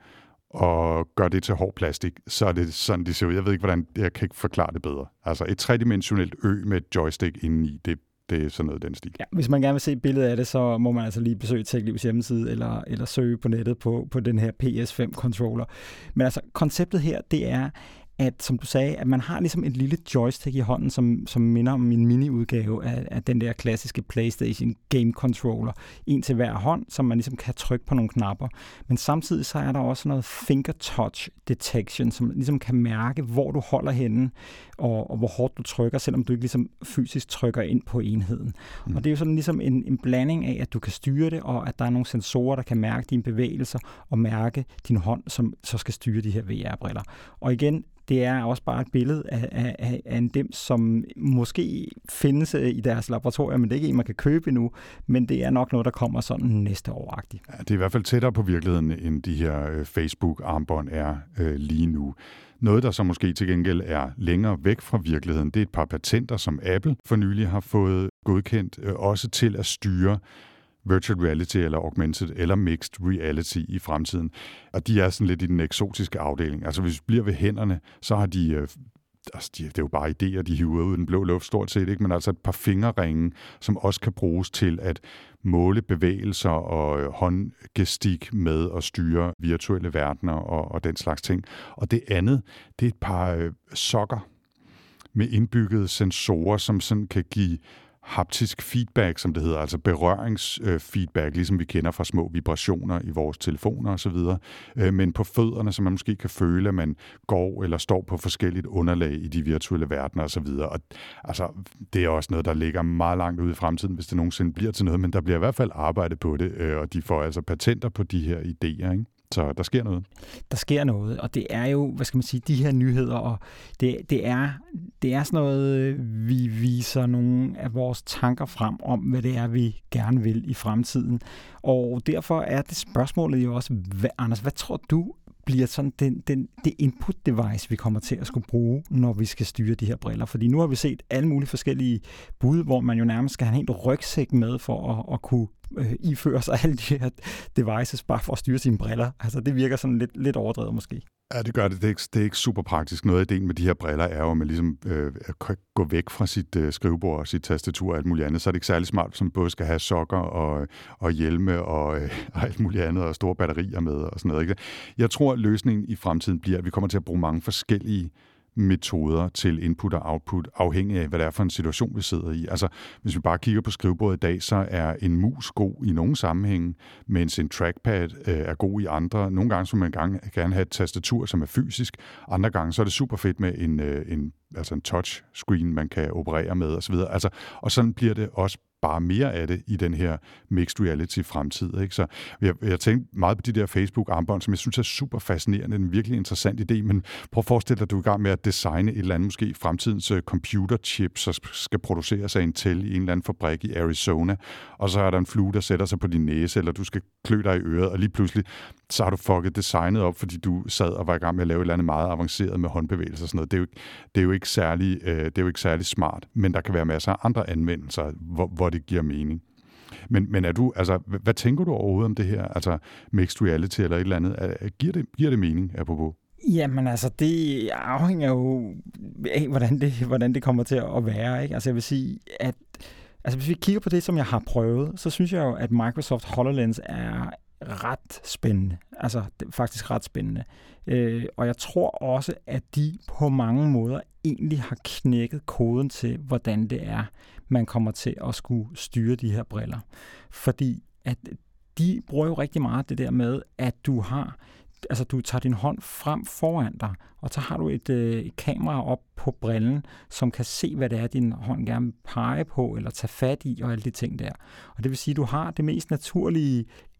og gør det til hård plastik, så er det sådan, det ser ud. Jeg ved ikke, hvordan, jeg kan ikke forklare det bedre. Altså et tredimensionelt ø med et joystick indeni, det Det er sådan noget den stil. Ja, hvis man gerne vil se et billede af det, så må man altså lige besøge TechLivs hjemmeside, eller, eller søge på nettet på, på den her P S fem controller. Men altså, konceptet her, det er, at som du sagde, at man har ligesom et lille joystick i hånden, som, som minder om en mini-udgave af, af den der klassiske PlayStation Game Controller. En til hver hånd, som man ligesom kan trykke på nogle knapper. Men samtidig så er der også noget finger touch detection, som ligesom kan mærke, hvor du holder henne, og, og hvor hårdt du trykker, selvom du ikke ligesom fysisk trykker ind på enheden. Mm. Og det er jo sådan ligesom en, en blanding af, at du kan styre det, og at der er nogle sensorer, der kan mærke dine bevægelser, og mærke din hånd, som så skal styre de her V R-briller. Og igen, det er også bare et billede af, af, af en dims, som måske findes i deres laboratorier, men det er ikke en, man kan købe endnu, men det er nok noget, der kommer sådan næste år-agtigt. Ja, det er i hvert fald tættere på virkeligheden, end de her Facebook-armbånd er øh, lige nu. Noget, der så måske til gengæld er længere væk fra virkeligheden, det er et par patenter, som Apple for nylig har fået godkendt, øh, også til at styre virtual reality eller augmented eller mixed reality i fremtiden. Og de er sådan lidt i den eksotiske afdeling. Altså hvis vi bliver ved hænderne, så har de, øh, altså de det er jo bare idéer, de hiver ud i den blå luft stort set, ikke? Men altså et par fingerringe, som også kan bruges til at måle bevægelser og håndgestik med at styre virtuelle verdener og, og den slags ting. Og det andet, det er et par øh, sokker med indbyggede sensorer, som sådan kan give haptisk feedback, som det hedder, altså berøringsfeedback, ligesom vi kender fra små vibrationer i vores telefoner osv., men på fødderne, så man måske kan føle, at man går eller står på forskelligt underlag i de virtuelle verdener osv. Og altså, det er også noget, der ligger meget langt ude i fremtiden, hvis det nogensinde bliver til noget, men der bliver i hvert fald arbejdet på det, og de får altså patenter på de her idéer, ikke? Så der sker noget. Der sker noget, og det er jo, hvad skal man sige, de her nyheder, og det, det, er, det er sådan noget, vi viser nogle af vores tanker frem om, hvad det er, vi gerne vil i fremtiden. Og derfor er det spørgsmålet jo også, hvad, Anders, hvad tror du bliver sådan den, den, det input-device, vi kommer til at skulle bruge, når vi skal styre de her briller? Fordi nu har vi set alle mulige forskellige bud, hvor man jo nærmest skal have en helt rygsæk med for at, at kunne øh, iføre sig alle de her devices, bare for at styre sine briller. Altså det virker sådan lidt, lidt overdrevet måske. Ja, det gør det. Det er, ikke, det er ikke super praktisk. Noget af ideen med de her briller er jo, at man ligesom øh, kan gå væk fra sit øh, skrivebord og sit tastatur og alt muligt andet. Så er det ikke særlig smart, som både skal have sokker og, og hjelme og, øh, og alt muligt andet og store batterier med og sådan noget. Ikke? Jeg tror, at løsningen i fremtiden bliver, at vi kommer til at bruge mange forskellige metoder til input og output, afhængig af, hvad det er for en situation, vi sidder i. Altså, hvis vi bare kigger på skrivebordet i dag, så er en mus god i nogle sammenhænge, mens en trackpad øh, er god i andre. Nogle gange så man gerne, gerne have et tastatur, som er fysisk. Andre gange så er det super fedt med en, øh, en, altså en touchscreen, man kan operere med osv. Altså, og sådan bliver det også bare mere af det i den her mixed reality-fremtid. Ikke? Så jeg, jeg tænkte meget på de der Facebook-armbånd, som jeg synes er super fascinerende, en virkelig interessant idé, men prøv at forestille dig, at du er i gang med at designe et eller andet, måske fremtidens uh, computerchip, så skal produceres af Intel i en eller anden fabrik i Arizona, og så er der en flue, der sætter sig på din næse, eller du skal klø dig i øret, og lige pludselig så har du fucket designet op, fordi du sad og var i gang med at lave et eller andet meget avanceret med håndbevægelser og sådan noget. Det er jo, det er jo ikke særlig, øh, det er jo ikke særlig smart, men der kan være masser af andre anvendelser, hvor, hvor det giver mening. Men, men er du, altså, hvad tænker du overhovedet om det her, altså mixed reality eller et eller andet? Er, giver, det, giver det mening, apropos? Jamen altså, det afhænger jo af, hvordan det, hvordan det kommer til at være, ikke? Altså jeg vil sige, at altså, hvis vi kigger på det, som jeg har prøvet, så synes jeg jo, at Microsoft HoloLens er ret spændende. Altså det er faktisk ret spændende. Øh, og jeg tror også, at de på mange måder egentlig har knækket koden til, hvordan det er, man kommer til at skulle styre de her briller. Fordi at de bruger jo rigtig meget det der med, at du har altså du tager din hånd frem foran dig, og så har du et, øh, et kamera op på brillen, som kan se, hvad det er, din hånd gerne vil pege på, eller tage fat i, og alle de ting der. Og det vil sige, at du har det mest naturlige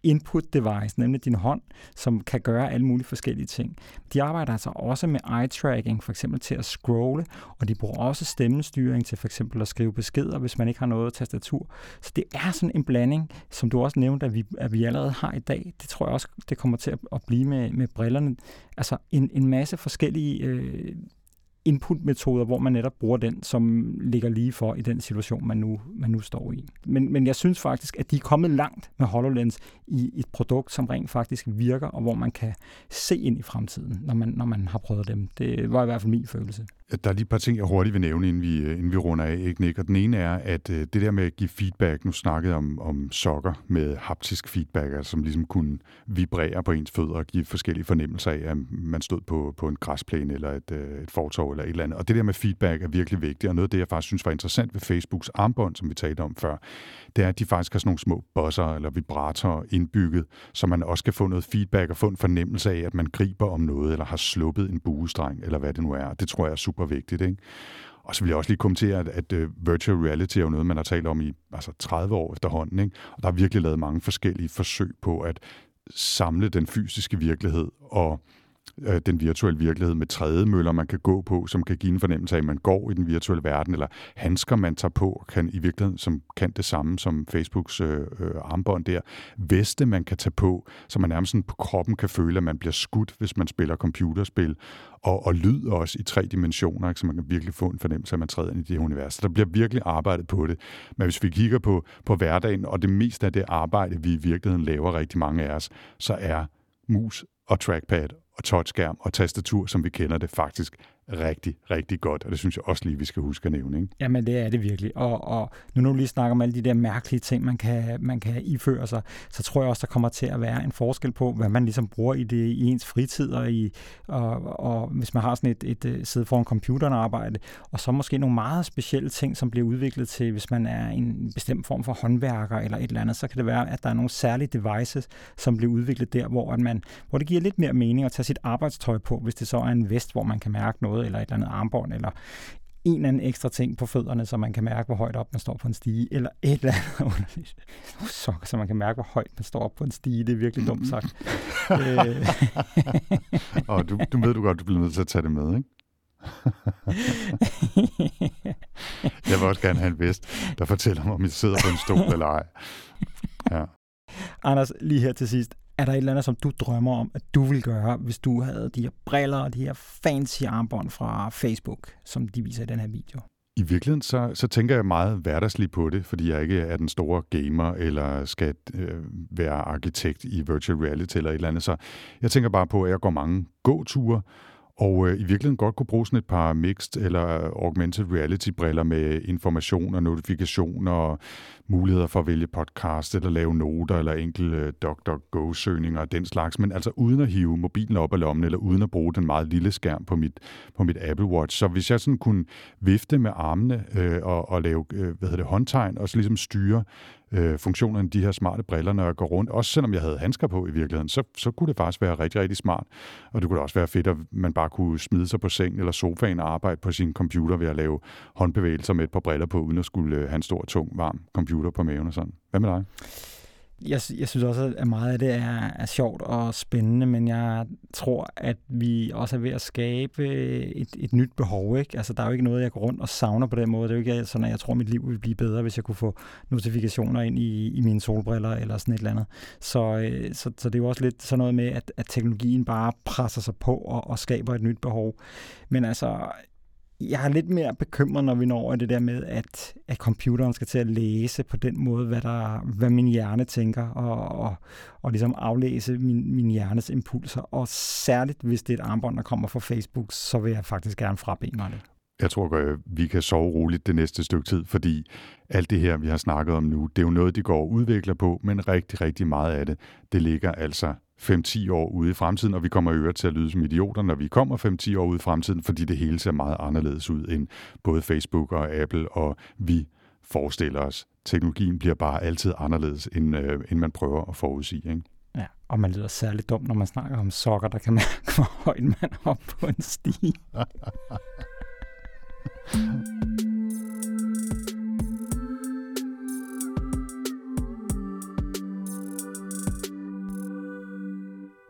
input device, nemlig din hånd, som kan gøre alle mulige forskellige ting. De arbejder altså også med eye-tracking, for eksempel til at scrolle, og de bruger også stemmestyring til for eksempel at skrive beskeder, hvis man ikke har noget tastatur. Så det er sådan en blanding, som du også nævnte, at vi, at vi allerede har i dag. Det tror jeg også, det kommer til at blive med, med brillerne. Altså en, en masse forskellige øh, inputmetoder, hvor man netop bruger den, som ligger lige for i den situation, man nu, man nu står i. Men, men jeg synes faktisk, at de er kommet langt med HoloLens i et produkt, som rent faktisk virker, og hvor man kan se ind i fremtiden, når man, når man har prøvet dem. Det var i hvert fald min følelse. Der er lige et par ting, jeg hurtigt vil nævne, inden vi, inden vi runder af, ikke, Nick? Og den ene er, at det der med at give feedback, nu snakkede om, om sokker med haptisk feedback, altså som ligesom kunne vibrere på ens fødder og give forskellige fornemmelser af, at man stod på, på en græsplæne eller et, et fortov eller et eller andet. Og det der med feedback er virkelig vigtigt, og noget af det, jeg faktisk synes var interessant ved Facebooks armbånd, som vi talte om før, det er, at de faktisk har sådan nogle små buzzer eller vibratorer indbygget, så man også kan få noget feedback og få en fornemmelse af, at man griber om noget, eller har sluppet en buestreng, eller hvad det nu er. Det tror jeg er super vigtigt, ikke? Og så vil jeg også lige kommentere, at, at uh, virtual reality er jo noget, man har talt om i altså tredive år efterhånden, ikke? Og der er virkelig lavet mange forskellige forsøg på at samle den fysiske virkelighed og øh, den virtuelle virkelighed med trædemøller, man kan gå på, som kan give en fornemmelse af, at man går i den virtuelle verden, eller handsker, man tager på, kan i virkeligheden, som kan det samme som Facebooks øh, øh, armbånd der. Veste, man kan tage på, så man nærmest sådan på kroppen kan føle, at man bliver skudt, hvis man spiller computerspil, og, og lyd også i tre dimensioner, ikke? Så man kan virkelig få en fornemmelse af, at man træder ind i det her univers. Så der bliver virkelig arbejdet på det. Men hvis vi kigger på, på hverdagen, og det meste af det arbejde, vi i virkeligheden laver rigtig mange af os, så er mus og trackpad og touchskærm og tastatur, som vi kender det, faktisk rigtig, rigtig godt. Og det synes jeg også lige, vi skal huske at nævne, ikke? Jamen, det er det virkelig. Og, og nu når du lige snakker om alle de der mærkelige ting, man kan, man kan iføre sig, så tror jeg også, der kommer til at være en forskel på, hvad man ligesom bruger i, det, i ens fritid, og, i, og, og hvis man har sådan et, et, et sidde foran computeren og arbejde, og så måske nogle meget specielle ting, som bliver udviklet til, hvis man er en bestemt form for håndværker eller et eller andet, så kan det være, at der er nogle særlige devices, som bliver udviklet der, hvor, at man, hvor det giver lidt mere mening at tage sit arbejdstøj på, hvis det så er en vest, hvor man kan mærke noget, eller et eller andet armbånd, eller en eller anden ekstra ting på fødderne, så man kan mærke, hvor højt op man står på en stige, eller et eller andet underligt. Sokker, så man kan mærke, hvor højt man står op på en stige. Det er virkelig dumt sagt. Og du, du ved du godt, du bliver nødt til at tage det med, ikke? Jeg vil også gerne have en vest, der fortæller mig, om jeg sidder på en stol eller ej. Ja. Anders, lige her til sidst. Er der et eller andet, som du drømmer om, at du ville gøre, hvis du havde de her briller og de her fancy armbånd fra Facebook, som de viser i den her video? I virkeligheden, så, så tænker jeg meget hverdagsligt på det, fordi jeg ikke er den store gamer, eller skal øh, være arkitekt i virtual reality eller et eller andet. Så jeg tænker bare på, at jeg går mange gåture, og øh, i virkeligheden godt kunne bruge sådan et par mixed eller augmented reality-briller med information og notifikationer og muligheder for at vælge podcast eller lave noter eller enkelte DuckDuckGo-søgninger og den slags, men altså uden at hive mobilen op af lommen eller uden at bruge den meget lille skærm på mit, på mit Apple Watch. Så hvis jeg sådan kunne vifte med armene øh, og, og lave øh, hvad hedder det, håndtegn og så ligesom styre øh, funktionerne af de her smarte briller, når jeg går rundt, også selvom jeg havde handsker på i virkeligheden, så, så kunne det faktisk være rigtig, rigtig smart. Og det kunne også være fedt, at man bare kunne smide sig på sengen eller sofaen og arbejde på sin computer ved at lave håndbevægelser med et par briller på, uden at skulle have en stor, tung, varm computer på maven og sådan. Hvad med dig? Jeg, jeg synes også, at meget af det er, er sjovt og spændende, men jeg tror, at vi også er ved at skabe et, et nyt behov, ikke? Altså, der er jo ikke noget, jeg går rundt og savner på den måde. Det er jo ikke sådan, at jeg tror, at mit liv ville blive bedre, hvis jeg kunne få notifikationer ind i, i mine solbriller eller sådan et eller andet. Så, så, så det er jo også lidt sådan noget med, at, at teknologien bare presser sig på og, og skaber et nyt behov. Men altså, jeg er lidt mere bekymret, når vi når over det der med, at, at computeren skal til at læse på den måde, hvad, der, hvad min hjerne tænker, og, og, og ligesom aflæse min, min hjernes impulser. Og særligt, hvis det er et armbånd, der kommer fra Facebook, så vil jeg faktisk gerne frabede mig det. Jeg tror, at vi kan sove roligt det næste stykke tid, fordi alt det her, vi har snakket om nu, det er jo noget, de går og udvikler på, men rigtig, rigtig meget af det, det ligger altså fem til ti år ude i fremtiden, og vi kommer i øvrigt til at lyde som idioter, når vi kommer fem til ti år ude i fremtiden, fordi det hele ser meget anderledes ud end både Facebook og Apple, og vi forestiller os. Teknologien bliver bare altid anderledes, end, øh, end man prøver at forudsige, ikke? Ja, og man lyder særligt dumt, når man snakker om sokker, der kan mærke, hvor højt man er op på en stige.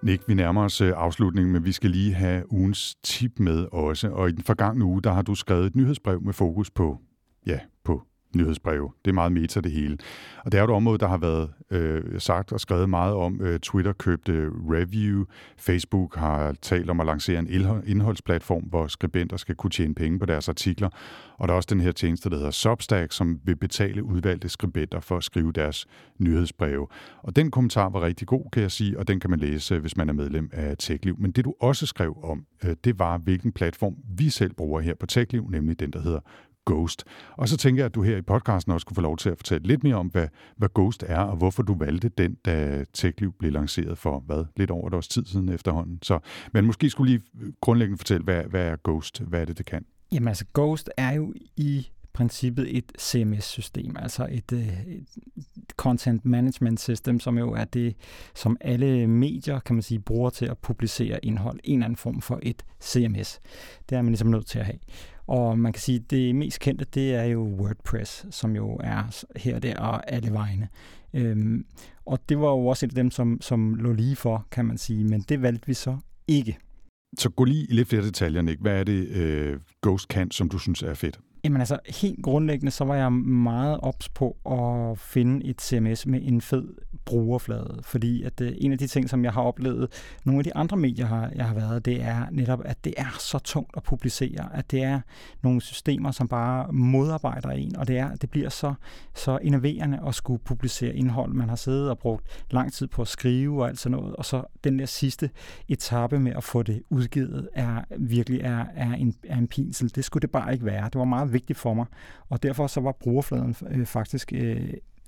Nick, vi nærmer os afslutningen, men vi skal lige have ugens tip med også. Og i den forgangne uge, der har du skrevet et nyhedsbrev med fokus på, ja, på nyhedsbreve. Det er meget meta det hele. Og det er jo et område, der har været øh, sagt og skrevet meget om. Øh, Twitter købte Review. Facebook har talt om at lancere en indholdsplatform, hvor skribenter skal kunne tjene penge på deres artikler. Og der er også den her tjeneste, der hedder Substack, som vil betale udvalgte skribenter for at skrive deres nyhedsbreve. Og den kommentar var rigtig god, kan jeg sige, og den kan man læse, hvis man er medlem af TechLiv. Men det, du også skrev om, øh, det var, hvilken platform vi selv bruger her på TechLiv, nemlig den, der hedder Ghost. Og så tænker jeg, at du her i podcasten også kunne få lov til at fortælle lidt mere om, hvad, hvad Ghost er, og hvorfor du valgte den, da TechLiv blev lanceret for, hvad, lidt over et års tid siden efterhånden. Så, men måske skulle lige grundlæggende fortælle, hvad, hvad er Ghost? Hvad er det, det kan? Jamen altså, Ghost er jo i princippet et C M S-system, altså et, et content management system, som jo er det, som alle medier, kan man sige, bruger til at publicere indhold. En eller anden form for et C M S. Det er man ligesom nødt til at have. Og man kan sige, at det mest kendte, det er jo WordPress, som jo er her og der og alle vegne. Øhm, og det var jo også et af dem, som, som lå lige for, kan man sige, men det valgte vi så ikke. Så gå lige i lidt flere detaljer, Nick. Hvad er det, øh, Ghost kan, som du synes er fedt? Jamen altså, helt grundlæggende, så var jeg meget ops på at finde et C M S med en fed brugerflade, fordi at øh, en af de ting, som jeg har oplevet, nogle af de andre medier, har, jeg har været, det er netop, at det er så tungt at publicere, at det er nogle systemer, som bare modarbejder en, og det er, det bliver så, så innoverende at skulle publicere indhold. Man har siddet og brugt lang tid på at skrive og alt sådan noget, og så den der sidste etape med at få det udgivet, er virkelig er, er, en, er en pinsel. Det skulle det bare ikke være. Det var meget vigtigt for mig, og derfor så var brugerfladen øh, faktisk øh,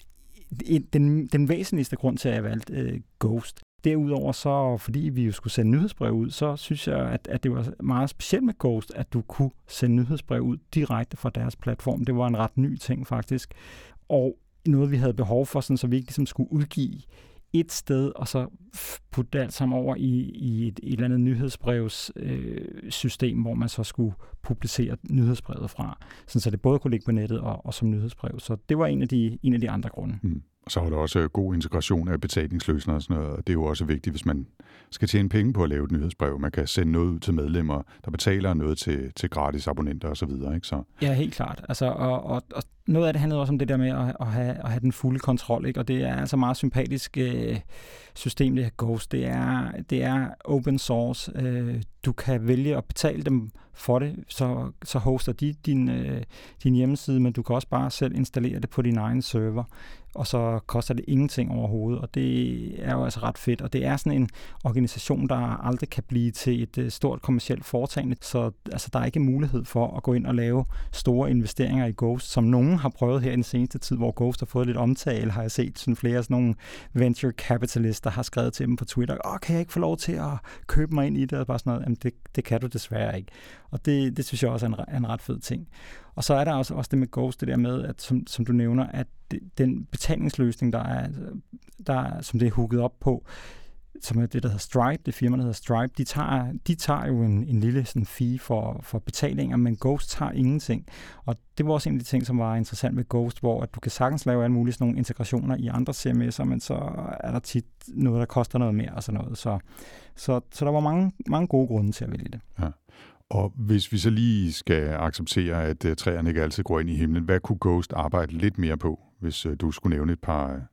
den, den væsentligste grund til, at jeg valgte øh, Ghost. Derudover så, fordi vi jo skulle sende nyhedsbrev ud, så synes jeg, at, at det var meget specielt med Ghost, at du kunne sende nyhedsbrev ud direkte fra deres platform. Det var en ret ny ting faktisk, og noget vi havde behov for, sådan, så vi ikke ligesom skulle udgive et sted, og så putte det alt sammen over i, i et, et eller andet nyhedsbrevssystem, øh, hvor man så skulle publicere nyhedsbrevet fra, sådan, så det både kunne ligge på nettet og, og som nyhedsbrev. Så det var en af de, en af de andre grunde. Mm. Så var der også god integration af betalingsløsninger og sådan noget. Det er jo også vigtigt, hvis man skal tjene penge på at lave et nyhedsbrev. Man kan sende noget ud til medlemmer, der betaler noget til, til gratis abonnenter og så videre, ikke så? Ja, helt klart. Altså, og, og, og noget af det handlede også om det der med at, at, have, at have den fulde kontrol, ikke? Og det er altså meget sympatisk øh, system, det her Ghost. Det er, det er open source. Øh, du kan vælge at betale dem for det, så, så hoster de din, øh, din hjemmeside, men du kan også bare selv installere det på din egen server, og så koster det ingenting overhovedet, og det er jo altså ret fedt, og det er sådan en organisation, der aldrig kan blive til et uh, stort kommercielt foretagende, så altså, der er ikke mulighed for at gå ind og lave store investeringer i Ghost, som nogen har prøvet her i den seneste tid, hvor Ghost har fået lidt omtale, har jeg set sådan flere sådan nogle venture capitalists, der har skrevet til dem på Twitter, åh, kan jeg ikke få lov til at købe mig ind i det, og bare sådan noget, jamen det, det kan du desværre ikke, og det, det synes jeg også er en, er en ret fed ting. Og så er der også, også det med Ghost, det der med, at som, som du nævner, at det, den betalingsløsning, der er, der, som det er hooket op på, som er det, der hedder Stripe, det firma, der hedder Stripe, de tager, de tager jo en, en lille sådan fee for, for betalinger, men Ghost tager ingenting. Og det var også en af de ting, som var interessant med Ghost, hvor at du kan sagtens lave alle mulige sådan nogle integrationer i andre C M S'er, men så er der tit noget, der koster noget mere og sådan noget. Så, så, så der var mange, mange gode grunde til at vælge det. Ja. Og hvis vi så lige skal acceptere, at uh, træerne ikke altid går ind i himlen, hvad kunne Ghost arbejde lidt mere på, hvis uh, du skulle nævne et par uh,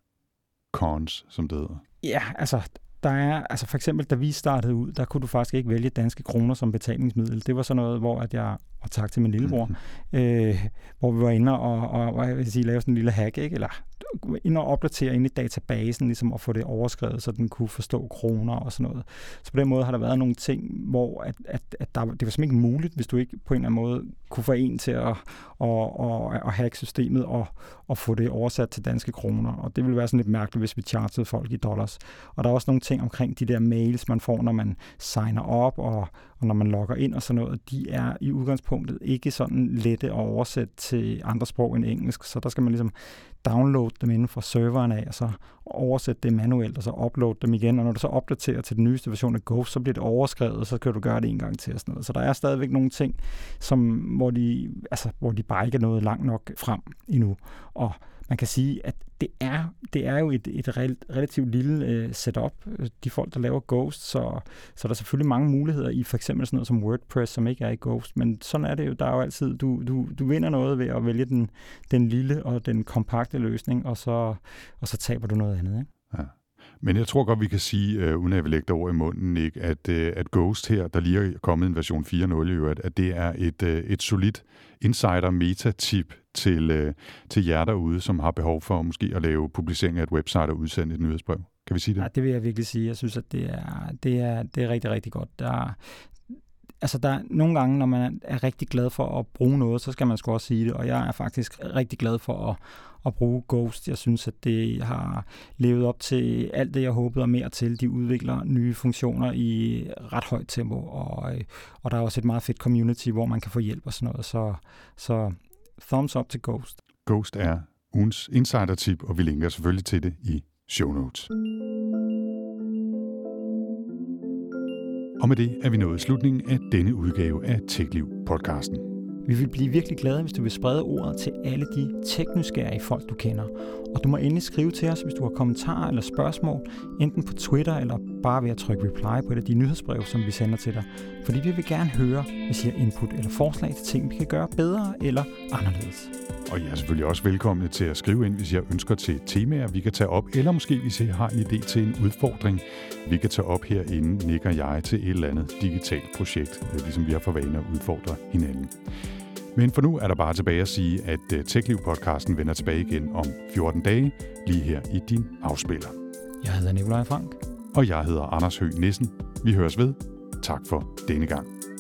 cons, som det hedder? Ja, altså, der er, altså for eksempel, da vi startede ud, der kunne du faktisk ikke vælge danske kroner som betalingsmiddel. Det var sådan noget, hvor at jeg, og tak til min lillebror, mm-hmm. øh, hvor vi var inde og, og, og jeg vil sige, lave sådan en lille hack, ikke? Eller ind og opdatere ind i databasen, ligesom at få det overskrevet, så den kunne forstå kroner og sådan noget. Så på den måde har der været nogle ting, hvor at, at, at der, det var simpelthen ikke muligt, hvis du ikke på en eller anden måde kunne få en til at, at, at, at hacke systemet og, og få det oversat til danske kroner. Og det ville være sådan lidt mærkeligt, hvis vi chargede folk i dollars. Og der er også nogle ting omkring de der mails, man får, når man signer op og, og når man logger ind og sådan noget. De er i udgangspunktet ikke sådan lette at oversætte til andre sprog end engelsk, så der skal man ligesom downloade dem inden fra serveren af, og så oversætte det manuelt, og så uploade dem igen, og når du så opdaterer til den nyeste version af Ghost, så bliver det overskrevet, og så kan du gøre det en gang til og sådan noget. Så der er stadigvæk nogle ting, som, hvor, de, altså, hvor de bare ikke er nået langt nok frem endnu. Og man kan sige, at det er, det er jo et, et relativt lille øh, setup, de folk, der laver Ghost, så, så der er selvfølgelig mange muligheder i for eksempel sådan noget som WordPress, som ikke er i Ghost, men sådan er det jo, der er jo altid, du, du, du vinder noget ved at vælge den, den lille og den kompakte løsning, og så, og så taber du noget andet, ikke? Ja. Men jeg tror godt, vi kan sige, uh, uden at jeg vil lægge det over i munden, ikke, at, uh, at Ghost her, der lige er kommet en version fire punkt nul, at, at det er et, uh, et solidt insider-meta-tip til, uh, til jer derude, som har behov for måske at lave publicering af et website og udsende et nyhedsbrev. Kan vi sige det? Ja, det vil jeg virkelig sige. Jeg synes, at det er, det er, det er rigtig, rigtig godt. Der Altså, der er nogle gange, når man er rigtig glad for at bruge noget, så skal man sgu også sige det, og jeg er faktisk rigtig glad for at, at bruge Ghost. Jeg synes, at det har levet op til alt det, jeg håbede og mere til. De udvikler nye funktioner i ret højt tempo, og, og der er også et meget fedt community, hvor man kan få hjælp og sådan noget, så, så thumbs up til Ghost. Ghost er ugens insider-tip, og vi linker selvfølgelig til det i show notes. Og med det er vi nået slutningen af denne udgave af TechLiv-podcasten. Vi vil blive virkelig glade, hvis du vil sprede ordet til alle de teknysgerrige folk, du kender. Og du må endelig skrive til os, hvis du har kommentarer eller spørgsmål, enten på Twitter eller bare ved at trykke reply på et af de nyhedsbreve, som vi sender til dig. Fordi vi vil gerne høre, hvis I har input eller forslag til ting, vi kan gøre bedre eller anderledes. Og I er selvfølgelig også velkomne til at skrive ind, hvis I har ønsker til temaer, vi kan tage op, eller måske hvis I har en idé til en udfordring, vi kan tage op herinde, Nick og jeg, til et eller andet digitalt projekt, ligesom vi har for vane at udfordre hinanden. Men for nu er der bare tilbage at sige, at TechLiv-podcasten vender tilbage igen om fjorten dage, lige her i din afspiller. Jeg hedder Nikolaj Frank. Og jeg hedder Anders Høgh Nissen. Vi høres ved. Tak for denne gang.